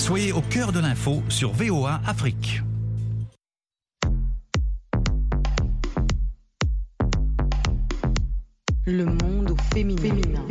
Soyez au cœur de l'info sur VOA Afrique. Le monde au féminin.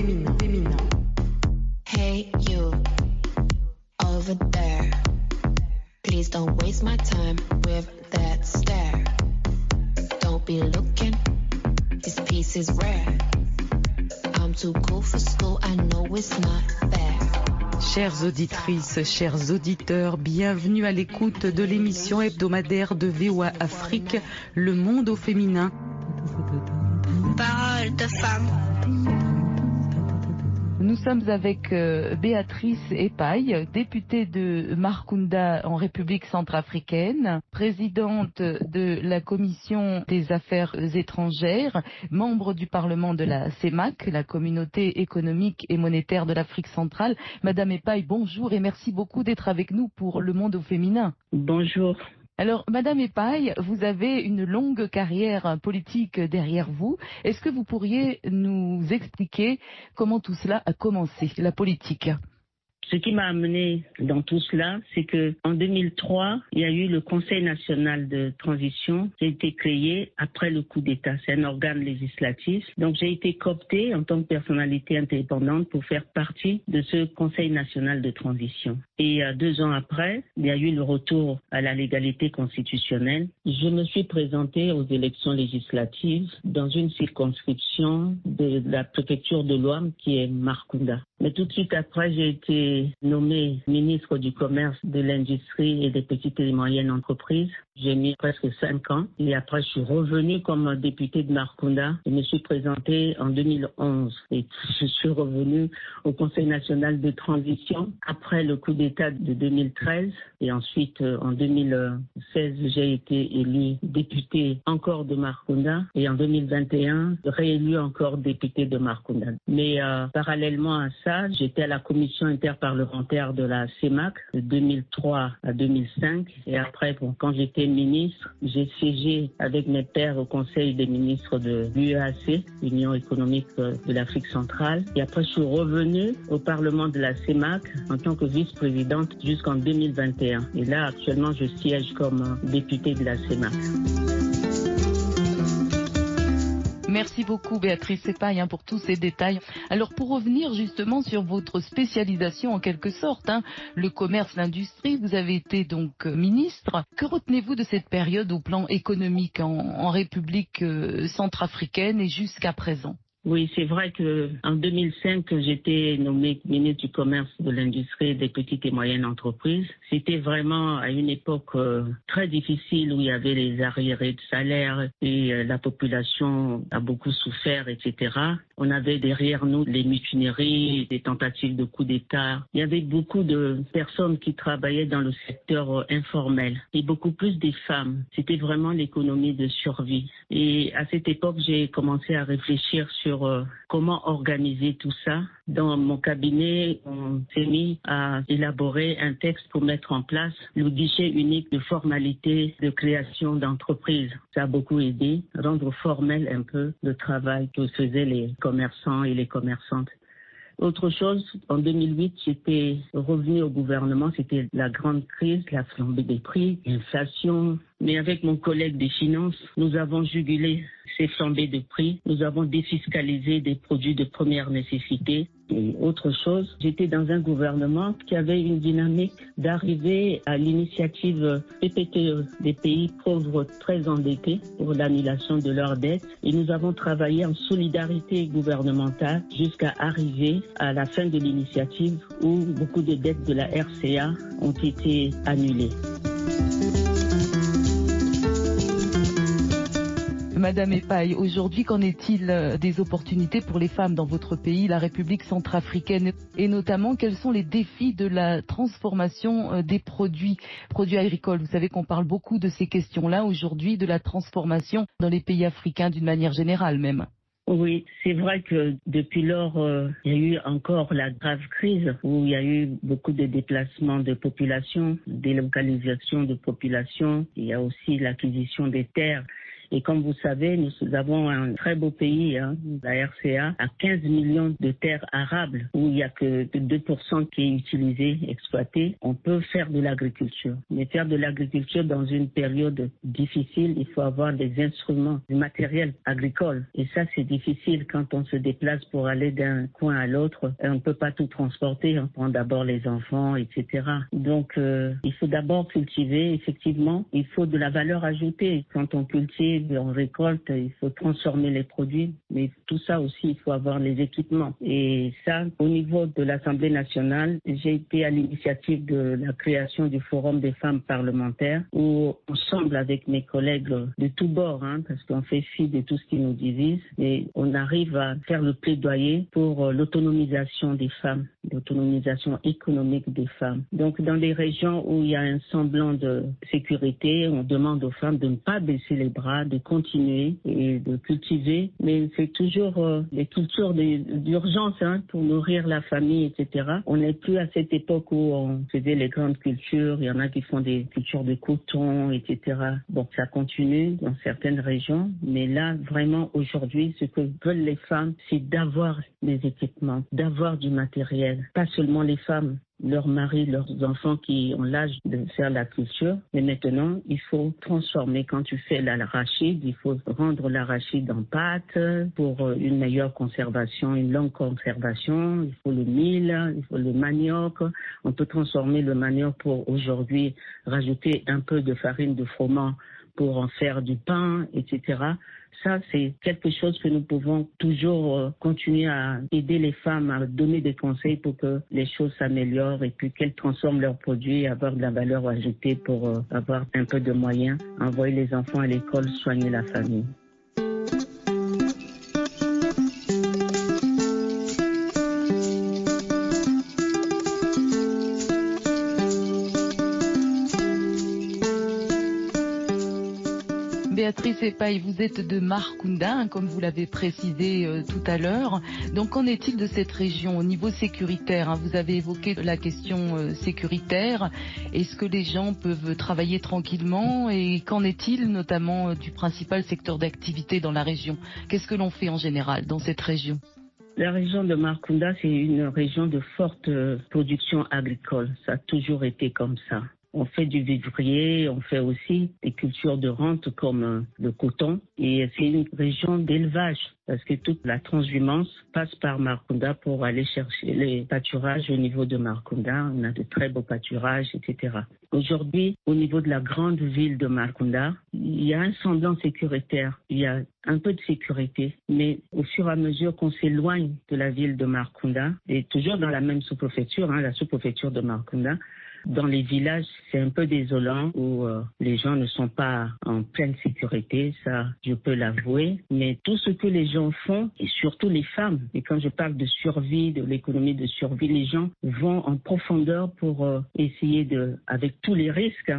Hey you, over there. Please don't waste my time with that stare. Don't be looking, this piece is rare. I'm too cool for school, I know it's not fair. Chères auditrices, chers auditeurs, bienvenue à l'écoute de l'émission hebdomadaire de VOA Afrique, Le monde au féminin. Parole de femme. Nous sommes avec Béatrice Epaille, députée de Markunda en République centrafricaine, présidente de la Commission des affaires étrangères, membre du Parlement de la CEMAC, la Communauté économique et monétaire de l'Afrique centrale. Madame Epaille, bonjour et merci beaucoup d'être avec nous pour Le monde au féminin. Bonjour. Alors, Madame Epaille, vous avez une longue carrière politique derrière vous. Est-ce que vous pourriez nous expliquer comment tout cela a commencé, la politique ? Ce qui m'a amené dans tout cela, c'est que en 2003, il y a eu le Conseil national de transition qui a été créé après le coup d'État. C'est un organe législatif. Donc j'ai été cooptée en tant que personnalité indépendante pour faire partie de ce Conseil national de transition. Et 2 ans après, il y a eu le retour à la légalité constitutionnelle. Je me suis présentée aux élections législatives dans une circonscription de la préfecture de l'Ouam qui est Markunda. Mais tout de suite après, j'ai été nommée ministre du Commerce, de l'Industrie et des petites et moyennes entreprises. J'ai mis presque 5 ans. Et après, je suis revenue comme députée de Markunda. Je me suis présentée en 2011. Et je suis revenue au Conseil national de transition après le coup d'État de 2013. Et ensuite, en 2016, j'ai été élue députée encore de Markunda. Et en 2021, réélue encore députée de Markunda. Mais parallèlement à ça, j'étais à la commission interparlementaire de la CEMAC de 2003 à 2005. Et après, quand j'étais ministre, j'ai siégé avec mes pairs au Conseil des ministres de l'UEAC, l'Union économique de l'Afrique centrale. Et après, je suis revenue au Parlement de la CEMAC en tant que vice-présidente jusqu'en 2021. Et là, actuellement, je siège comme députée de la CEMAC. Merci beaucoup Béatrice Epaille pour tous ces détails. Alors pour revenir justement sur votre spécialisation en quelque sorte, le commerce, l'industrie, vous avez été donc ministre. Que retenez-vous de cette période au plan économique en République centrafricaine et jusqu'à présent ? Oui, c'est vrai qu'en 2005, j'étais nommée ministre du Commerce, de l'Industrie et des petites et moyennes entreprises. C'était vraiment à une époque très difficile où il y avait les arriérés de salaire et la population a beaucoup souffert, etc. On avait derrière nous les mutineries, des tentatives de coup d'État. Il y avait beaucoup de personnes qui travaillaient dans le secteur informel et beaucoup plus des femmes. C'était vraiment l'économie de survie. Et à cette époque, j'ai commencé à réfléchir sur comment organiser tout ça. Dans mon cabinet, on s'est mis à élaborer un texte pour mettre en place le guichet unique de formalité de création d'entreprise. Ça a beaucoup aidé, rendre formel un peu le travail que faisaient les commerçants et les commerçantes. Autre chose, en 2008, j'étais revenue au gouvernement, c'était la grande crise, la flambée des prix, l'inflation. Mais avec mon collègue des finances, nous avons jugulé ces flambées de prix. Nous avons défiscalisé des produits de première nécessité. Et autre chose, j'étais dans un gouvernement qui avait une dynamique d'arriver à l'initiative PPTE, des pays pauvres très endettés, pour l'annulation de leurs dettes. Et nous avons travaillé en solidarité gouvernementale jusqu'à arriver à la fin de l'initiative où beaucoup de dettes de la RCA ont été annulées. Madame Epaille, aujourd'hui, qu'en est-il des opportunités pour les femmes dans votre pays, la République centrafricaine, et notamment quels sont les défis de la transformation des produits agricoles? Vous savez qu'on parle beaucoup de ces questions-là aujourd'hui, de la transformation dans les pays africains d'une manière générale même. Oui, c'est vrai que depuis lors, il y a eu encore la grave crise où il y a eu beaucoup de déplacements de population, délocalisation de population. Il y a aussi l'acquisition des terres. Et comme vous savez, nous avons un très beau pays, la RCA, à 15 millions de terres arables où il n'y a que 2% qui est utilisé, exploité. On peut faire de l'agriculture. Mais faire de l'agriculture dans une période difficile, il faut avoir des instruments, du matériel agricole. Et ça, c'est difficile quand on se déplace pour aller d'un coin à l'autre. On ne peut pas tout transporter. On prend d'abord les enfants, etc. Donc, il faut d'abord cultiver. Effectivement, il faut de la valeur ajoutée. Quand on cultive, on récolte, il faut transformer les produits. Mais tout ça aussi, il faut avoir les équipements. Et ça, au niveau de l'Assemblée nationale, j'ai été à l'initiative de la création du Forum des femmes parlementaires où, ensemble avec mes collègues de tous bords, parce qu'on fait fi de tout ce qui nous divise, et on arrive à faire le plaidoyer pour l'autonomisation des femmes, l'autonomisation économique des femmes. Donc, dans des régions où il y a un semblant de sécurité, on demande aux femmes de ne pas baisser les bras, de continuer et de cultiver. Mais c'est toujours des cultures d'urgence pour nourrir la famille, etc. On n'est plus à cette époque où on faisait les grandes cultures. Il y en a qui font des cultures de coton, etc. Bon, ça continue dans certaines régions. Mais là, vraiment, aujourd'hui, ce que veulent les femmes, c'est d'avoir des équipements, d'avoir du matériel. Pas seulement les femmes, leurs maris, leurs enfants qui ont l'âge de faire la culture. Mais maintenant, il faut transformer. Quand tu fais l'arachide, il faut rendre l'arachide en pâte pour une meilleure conservation, une longue conservation. Il faut le mil, il faut le manioc. On peut transformer le manioc pour aujourd'hui rajouter un peu de farine de froment pour en faire du pain, etc. Ça, c'est quelque chose que nous pouvons toujours continuer à aider les femmes à donner des conseils pour que les choses s'améliorent et puis qu'elles transforment leurs produits, avoir de la valeur ajoutée pour avoir un peu de moyens, envoyer les enfants à l'école, soigner la famille. Béatrice Epaille, vous êtes de Markunda, comme vous l'avez précisé tout à l'heure. Donc, qu'en est-il de cette région au niveau sécuritaire? Vous avez évoqué la question sécuritaire. Est-ce que les gens peuvent travailler tranquillement? Et qu'en est-il notamment du principal secteur d'activité dans la région? Qu'est-ce que l'on fait en général dans cette région? La région de Markunda, c'est une région de forte production agricole. Ça a toujours été comme ça. On fait du vivrier, on fait aussi des cultures de rente comme le coton. Et c'est une région d'élevage parce que toute la transhumance passe par Markunda pour aller chercher les pâturages au niveau de Markunda. On a de très beaux pâturages, etc. Aujourd'hui, au niveau de la grande ville de Markunda, il y a un semblant sécuritaire. Il y a un peu de sécurité, mais au fur et à mesure qu'on s'éloigne de la ville de Markunda, et toujours dans la même sous-préfecture, la sous-préfecture de Markunda, dans les villages, c'est un peu désolant où les gens ne sont pas en pleine sécurité, ça je peux l'avouer. Mais tout ce que les gens font, et surtout les femmes, et quand je parle de survie, de l'économie de survie, les gens vont en profondeur pour essayer avec tous les risques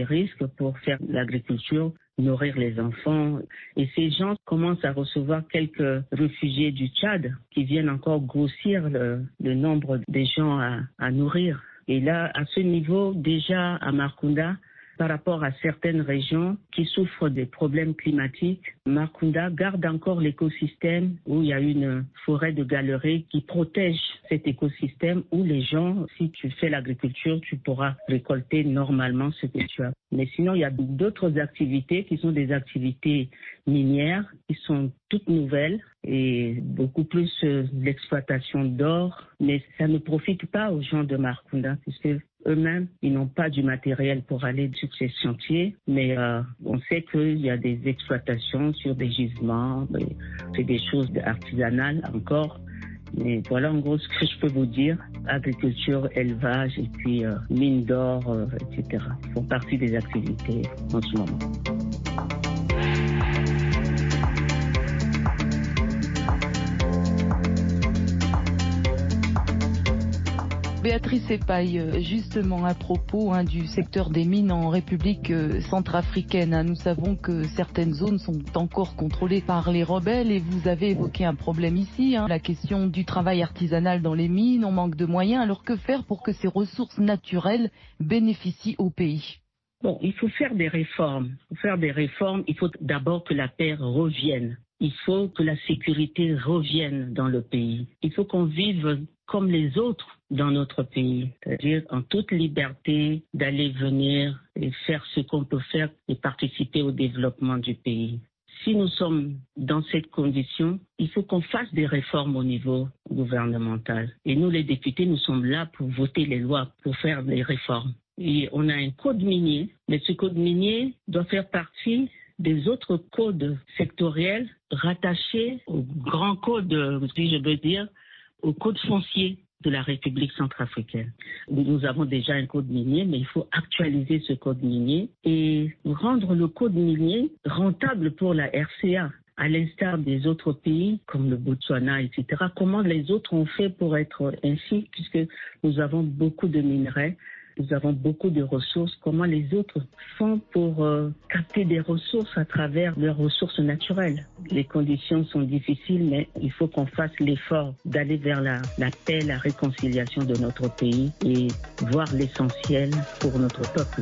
pour faire l'agriculture, nourrir les enfants. Et ces gens commencent à recevoir quelques réfugiés du Tchad qui viennent encore grossir le nombre des gens à nourrir. Et là, à ce niveau, déjà à Markunda, par rapport à certaines régions qui souffrent des problèmes climatiques, Markunda garde encore l'écosystème où il y a une forêt de galeries qui protège cet écosystème où les gens, si tu fais l'agriculture, tu pourras récolter normalement ce que tu as. Mais sinon, il y a d'autres activités qui sont des activités minières qui sont toutes nouvelles et beaucoup plus l'exploitation d'or. Mais ça ne profite pas aux gens de Markunda puisque eux-mêmes, ils n'ont pas du matériel pour aller sur ces chantiers, mais on sait qu'il y a des exploitations sur des gisements, c'est des choses artisanales encore. Mais voilà en gros ce que je peux vous dire. Agriculture, élevage et puis mine d'or, etc. font partie des activités en ce moment. Béatrice Epaille, justement à propos du secteur des mines en République centrafricaine, nous savons que certaines zones sont encore contrôlées par les rebelles et vous avez évoqué un problème ici, la question du travail artisanal dans les mines, on manque de moyens, alors que faire pour que ces ressources naturelles bénéficient au pays? Bon, il faut faire des réformes. Il faut d'abord que la paix revienne. Il faut que la sécurité revienne dans le pays. Il faut qu'on vive comme les autres dans notre pays, c'est-à-dire en toute liberté d'aller venir et faire ce qu'on peut faire et participer au développement du pays. Si nous sommes dans cette condition, il faut qu'on fasse des réformes au niveau gouvernemental. Et nous, les députés, nous sommes là pour voter les lois, pour faire des réformes. Et on a un code minier, mais ce code minier doit faire partie des autres codes sectoriels rattachés au grand code, si je veux dire, au code foncier de la République centrafricaine. Nous avons déjà un code minier, mais il faut actualiser ce code minier et rendre le code minier rentable pour la RCA, à l'instar des autres pays comme le Botswana, etc. Comment les autres ont fait pour être ainsi, puisque nous avons beaucoup de minerais, nous avons beaucoup de ressources. Comment les autres font pour capter des ressources à travers leurs ressources naturelles? Les conditions sont difficiles, mais il faut qu'on fasse l'effort d'aller vers la paix, la réconciliation de notre pays et voir l'essentiel pour notre peuple.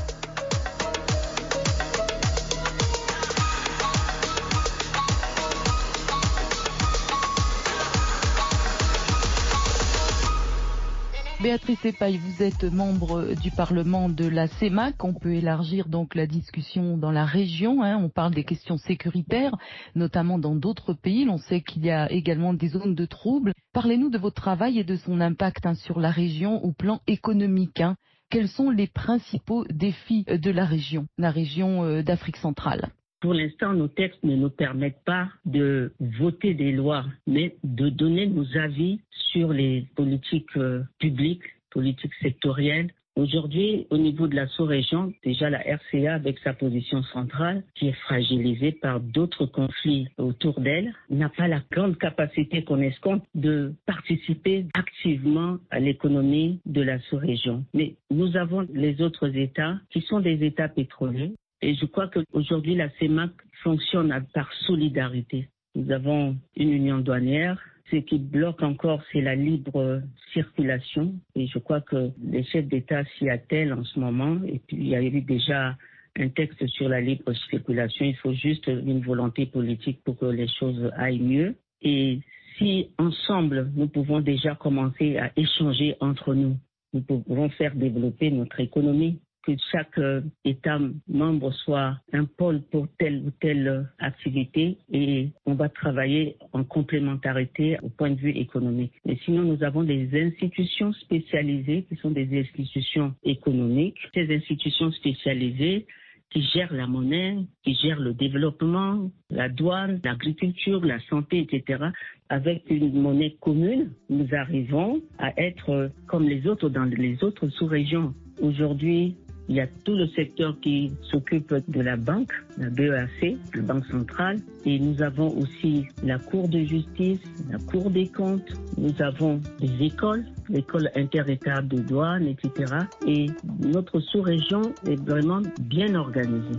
Béatrice Epaille, vous êtes membre du Parlement de la CEMAC. On peut élargir donc la discussion dans la région. On parle des questions sécuritaires, notamment dans d'autres pays. On sait qu'il y a également des zones de troubles. Parlez-nous de votre travail et de son impact sur la région au plan économique. Quels sont les principaux défis de la région d'Afrique centrale? Pour l'instant, nos textes ne nous permettent pas de voter des lois, mais de donner nos avis sur les politiques publiques, politiques sectorielles. Aujourd'hui, au niveau de la sous-région, déjà la RCA, avec sa position centrale, qui est fragilisée par d'autres conflits autour d'elle, n'a pas la grande capacité qu'on escompte de participer activement à l'économie de la sous-région. Mais nous avons les autres États qui sont des États pétroliers. Et je crois qu'aujourd'hui, la CEMAC fonctionne par solidarité. Nous avons une union douanière. Ce qui bloque encore, c'est la libre circulation. Et je crois que les chefs d'État s'y attellent en ce moment. Et puis, il y a eu déjà un texte sur la libre circulation. Il faut juste une volonté politique pour que les choses aillent mieux. Et si ensemble, nous pouvons déjà commencer à échanger entre nous, nous pouvons faire développer notre économie. Que chaque État membre soit un pôle pour telle ou telle activité et on va travailler en complémentarité au point de vue économique. Mais sinon, nous avons des institutions spécialisées qui sont des institutions économiques. Ces institutions spécialisées qui gèrent la monnaie, qui gèrent le développement, la douane, l'agriculture, la santé, etc. Avec une monnaie commune, nous arrivons à être comme les autres dans les autres sous-régions. Aujourd'hui, il y a tout le secteur qui s'occupe de la banque, la BEAC, la Banque centrale. Et nous avons aussi la Cour de justice, la Cour des comptes. Nous avons des écoles, l'école inter-État de douane, etc. Et notre sous-région est vraiment bien organisée.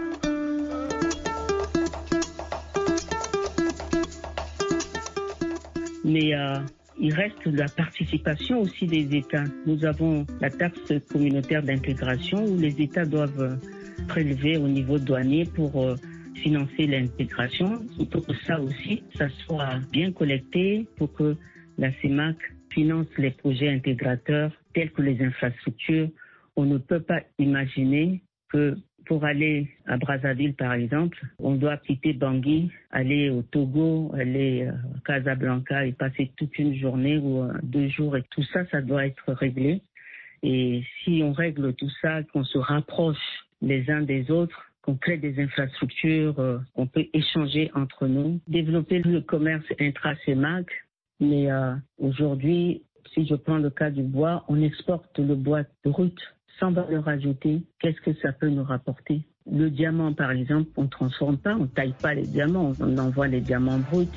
Mais il reste la participation aussi des États. Nous avons la taxe communautaire d'intégration où les États doivent prélever au niveau douanier pour financer l'intégration. Il faut que ça aussi, ça soit bien collecté pour que la CEMAC finance les projets intégrateurs tels que les infrastructures. On ne peut pas imaginer que pour aller à Brazzaville, par exemple, on doit quitter Bangui, aller au Togo, aller à Casablanca et passer toute une journée ou 2 jours. Et tout ça, ça doit être réglé. Et si on règle tout ça, qu'on se rapproche les uns des autres, qu'on crée des infrastructures, qu'on peut échanger entre nous, développer le commerce intra-CEMAC. Mais aujourd'hui, si je prends le cas du bois, on exporte le bois brut sans valeur ajoutée. Qu'est-ce que ça peut nous rapporter? Le diamant, par exemple, on ne transforme pas, on ne taille pas les diamants, on envoie les diamants bruts.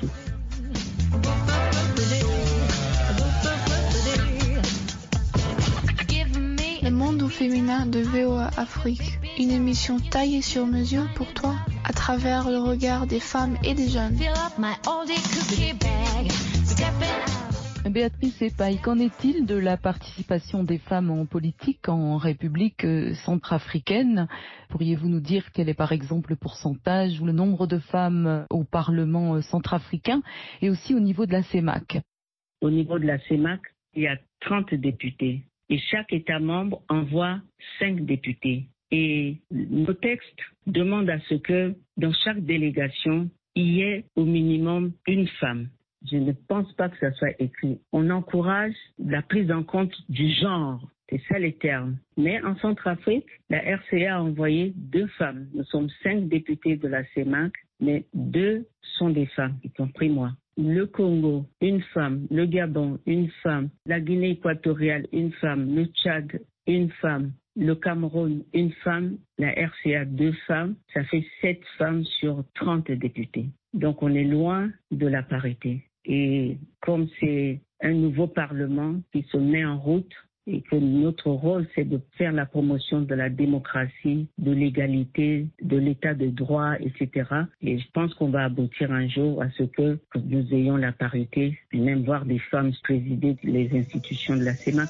Le monde au féminin de VOA Afrique, une émission taillée sur mesure pour toi à travers le regard des femmes et des jeunes. Béatrice Epaille, qu'en est-il de la participation des femmes en politique en République centrafricaine? Pourriez-vous nous dire quel est par exemple le pourcentage ou le nombre de femmes au Parlement centrafricain et aussi au niveau de la CEMAC? Au niveau de la CEMAC, il y a 30 députés et chaque État membre envoie 5 députés. Et nos textes demandent à ce que dans chaque délégation, il y ait au minimum une femme. Je ne pense pas que ça soit écrit. On encourage la prise en compte du genre. C'est ça les termes. Mais en Centrafrique, la RCA a envoyé 2 femmes. Nous sommes 5 députés de la CEMAC, mais 2 sont des femmes, y compris moi. Le Congo, une femme. Le Gabon, une femme. La Guinée équatoriale, une femme. Le Tchad, une femme. Le Cameroun, une femme. La RCA, 2 femmes. Ça fait 7 femmes sur 30 députés. Donc on est loin de la parité. Et comme c'est un nouveau Parlement qui se met en route et que notre rôle, c'est de faire la promotion de la démocratie, de l'égalité, de l'état de droit, etc. Et je pense qu'on va aboutir un jour à ce que nous ayons la parité et même voir des femmes présider les institutions de la CEMAC.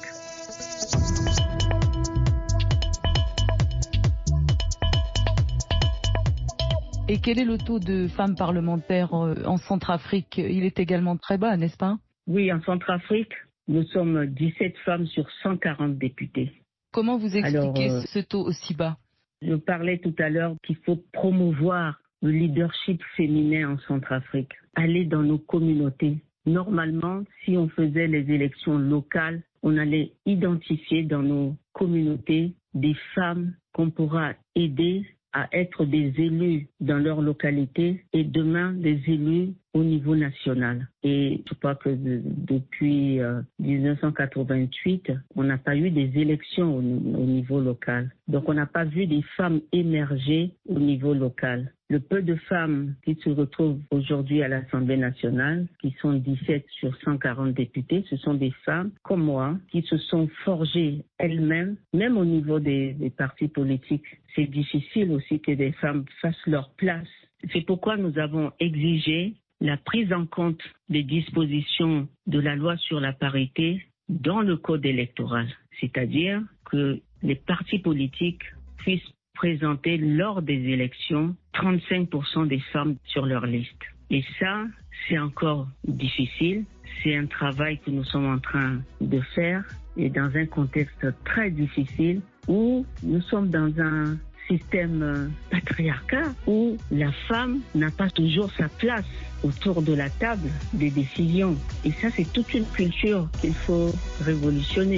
Et quel est le taux de femmes parlementaires en Centrafrique? Il est également très bas, n'est-ce pas? Oui, en Centrafrique, nous sommes 17 femmes sur 140 députés. Comment vous expliquez ce taux aussi bas? Je parlais tout à l'heure qu'il faut promouvoir le leadership féminin en Centrafrique, aller dans nos communautés. Normalement, si on faisait les élections locales, on allait identifier dans nos communautés des femmes qu'on pourra aider à être des élus dans leur localité et demain des élus au niveau national. Et je crois que depuis 1988, on n'a pas eu des élections au niveau local. Donc on n'a pas vu des femmes émerger au niveau local. Le peu de femmes qui se retrouvent aujourd'hui à l'Assemblée nationale, qui sont 17 sur 140 députés, ce sont des femmes comme moi qui se sont forgées elles-mêmes, même au niveau des partis politiques. C'est difficile aussi que des femmes fassent leur place. C'est pourquoi nous avons exigé la prise en compte des dispositions de la loi sur la parité dans le code électoral. C'est-à-dire que les partis politiques puissent présenter lors des élections 35% des femmes sur leur liste. Et ça, c'est encore difficile. C'est un travail que nous sommes en train de faire et dans un contexte très difficile où nous sommes dans un système patriarcal où la femme n'a pas toujours sa place autour de la table des décisions. Et ça, c'est toute une culture qu'il faut révolutionner.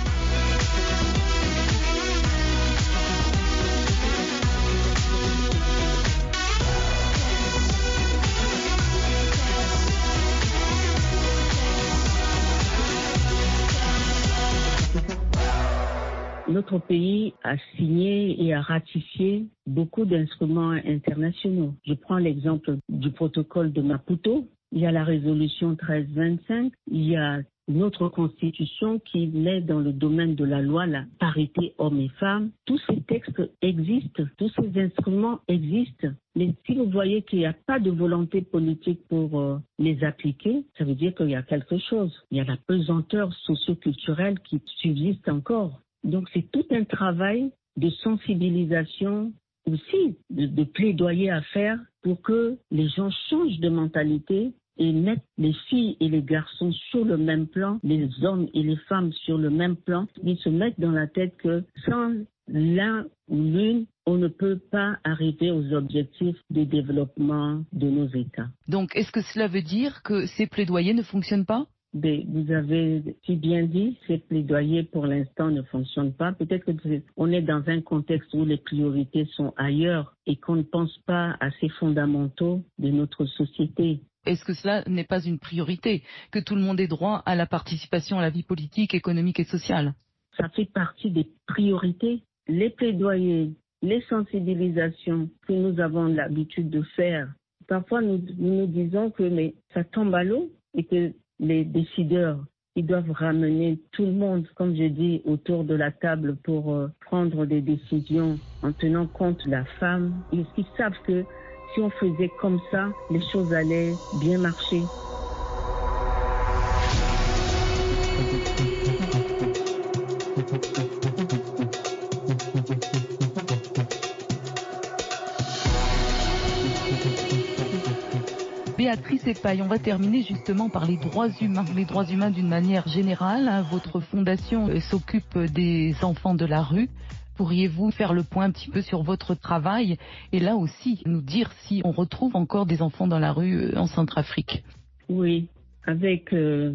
Notre pays a signé et a ratifié beaucoup d'instruments internationaux. Je prends l'exemple du protocole de Maputo. Il y a la résolution 1325. Il y a notre constitution qui met dans le domaine de la loi la parité hommes et femmes. Tous ces textes existent, tous ces instruments existent. Mais si vous voyez qu'il n'y a pas de volonté politique pour les appliquer, ça veut dire qu'il y a quelque chose. Il y a la pesanteur socio-culturelle qui subsiste encore. Donc c'est tout un travail de sensibilisation aussi, de plaidoyer à faire pour que les gens changent de mentalité et mettent les filles et les garçons sur le même plan, les hommes et les femmes sur le même plan. Ils se mettent dans la tête que sans l'un ou l'une, on ne peut pas arriver aux objectifs de développement de nos États. Donc est-ce que cela veut dire que ces plaidoyers ne fonctionnent pas ? Vous avez si bien dit, ces plaidoyers pour l'instant ne fonctionnent pas. Peut-être qu'on est dans un contexte où les priorités sont ailleurs et qu'on ne pense pas à ces fondamentaux de notre société. Est-ce que cela n'est pas une priorité, que tout le monde ait droit à la participation à la vie politique, économique et sociale ? Ça fait partie des priorités. Les plaidoyers, les sensibilisations que nous avons l'habitude de faire, parfois nous nous disons que mais ça tombe à l'eau et que les décideurs, ils doivent ramener tout le monde, comme je dis, autour de la table pour prendre des décisions en tenant compte de la femme. Ils savent que si on faisait comme ça, les choses allaient bien marcher. Béatrice Epaille, on va terminer justement par les droits humains d'une manière générale. Votre fondation s'occupe des enfants de la rue. Pourriez-vous faire le point un petit peu sur votre travail et là aussi nous dire si on retrouve encore des enfants dans la rue en Centrafrique? Oui, avec le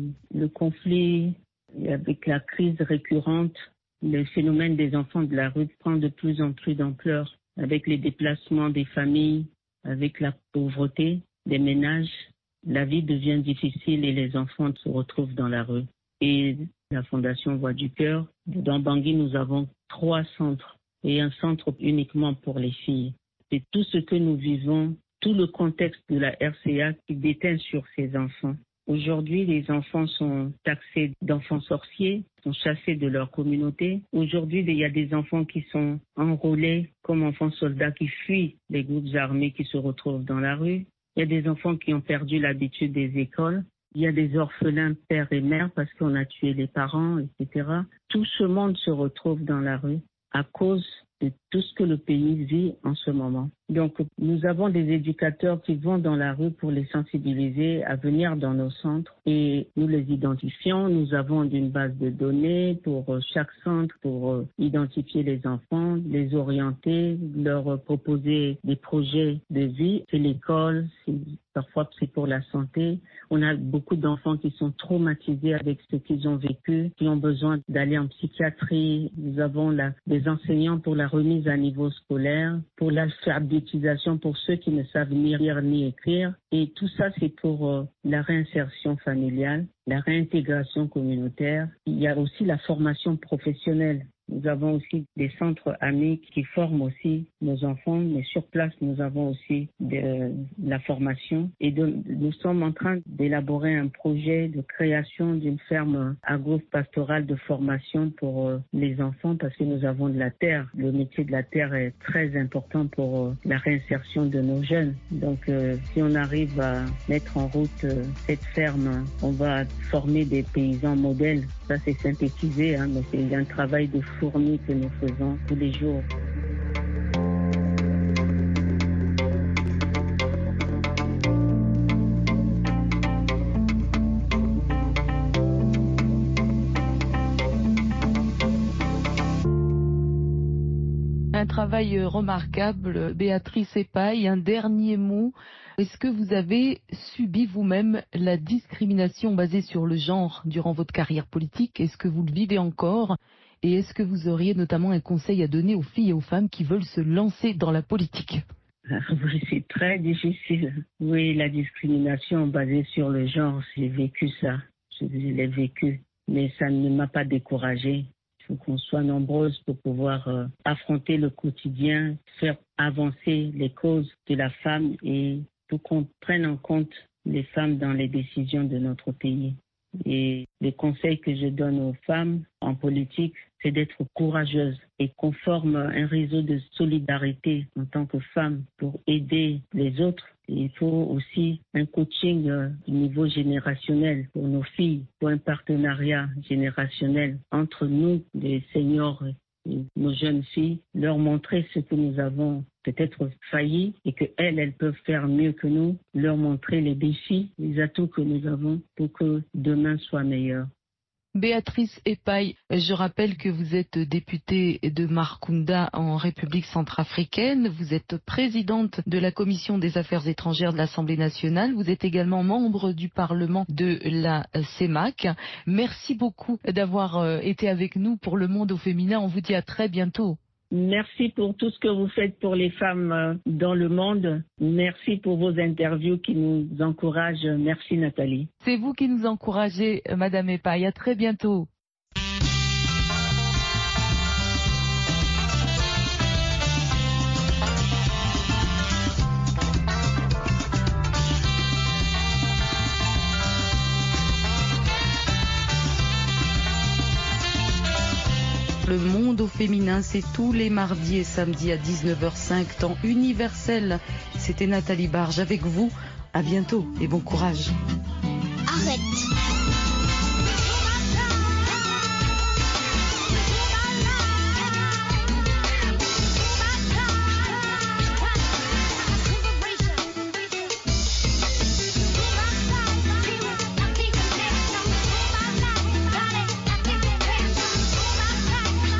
conflit et avec la crise récurrente, le phénomène des enfants de la rue prend de plus en plus d'ampleur. Avec les déplacements des familles, avec la pauvreté des ménages, la vie devient difficile et les enfants se retrouvent dans la rue. Et la Fondation Voix du Cœur, dans Bangui, nous avons 3 centres et un centre uniquement pour les filles. C'est tout ce que nous vivons, tout le contexte de la RCA qui déteint sur ces enfants. Aujourd'hui, les enfants sont taxés d'enfants sorciers, sont chassés de leur communauté. Aujourd'hui, il y a des enfants qui sont enrôlés comme enfants soldats qui fuient les groupes armés qui se retrouvent dans la rue. Il y a des enfants qui ont perdu l'habitude des écoles. Il y a des orphelins père et mère parce qu'on a tué les parents, etc. Tout ce monde se retrouve dans la rue à cause de tout ce que le pays vit en ce moment. Donc, nous avons des éducateurs qui vont dans la rue pour les sensibiliser à venir dans nos centres et nous les identifions. Nous avons une base de données pour chaque centre pour identifier les enfants, les orienter, leur proposer des projets de vie. C'est l'école, parfois c'est pour la santé. On a beaucoup d'enfants qui sont traumatisés avec ce qu'ils ont vécu, qui ont besoin d'aller en psychiatrie. Nous avons des enseignants pour la remise à niveau scolaire, pour l'alphabétisation pour ceux qui ne savent ni lire ni écrire. Et tout ça, c'est pour la réinsertion familiale, la réintégration communautaire. Il y a aussi la formation professionnelle. Nous avons aussi des centres amis qui forment aussi nos enfants, mais sur place, nous avons aussi de la formation. Et nous sommes en train d'élaborer un projet de création d'une ferme agro-pastorale de formation pour les enfants parce que nous avons de la terre. Le métier de la terre est très important pour la réinsertion de nos jeunes. Donc, si on arrive à mettre en route cette ferme, on va former des paysans modèles. Ça, c'est synthétisé, mais c'est un travail de fourmi que nous faisons tous les jours. Un travail remarquable. Béatrice Epaille, un dernier mot. Est-ce que vous avez subi vous-même la discrimination basée sur le genre durant votre carrière politique? Est-ce que vous le vivez encore? Et est-ce que vous auriez notamment un conseil à donner aux filles et aux femmes qui veulent se lancer dans la politique? Oui, c'est très difficile. Oui, la discrimination basée sur le genre, j'ai vécu ça. Je l'ai vécu. Mais ça ne m'a pas découragée. Il faut qu'on soit nombreuses pour pouvoir affronter le quotidien, faire avancer les causes de la femme et pour qu'on prenne en compte les femmes dans les décisions de notre pays. Et les conseils que je donne aux femmes en politique, c'est d'être courageuses et qu'on forme un réseau de solidarité en tant que femme pour aider les autres. Et il faut aussi un coaching du niveau générationnel pour nos filles, pour un partenariat générationnel entre nous, les seniors et nos jeunes filles, leur montrer ce que nous avons peut-être failli et qu'elles peuvent faire mieux que nous, leur montrer les défis, les atouts que nous avons pour que demain soit meilleur. Béatrice Epaille, je rappelle que vous êtes députée de Markunda en République centrafricaine. Vous êtes présidente de la Commission des affaires étrangères de l'Assemblée nationale. Vous êtes également membre du Parlement de la CEMAC. Merci beaucoup d'avoir été avec nous pour Le Monde au féminin. On vous dit à très bientôt. Merci pour tout ce que vous faites pour les femmes dans le monde. Merci pour vos interviews qui nous encouragent. Merci Nathalie. C'est vous qui nous encouragez, Madame Epaille. À très bientôt. Le Monde au féminin, c'est tous les mardis et samedis à 19h05, temps universel. C'était Nathalie Barge avec vous. À bientôt et bon courage. Arrête.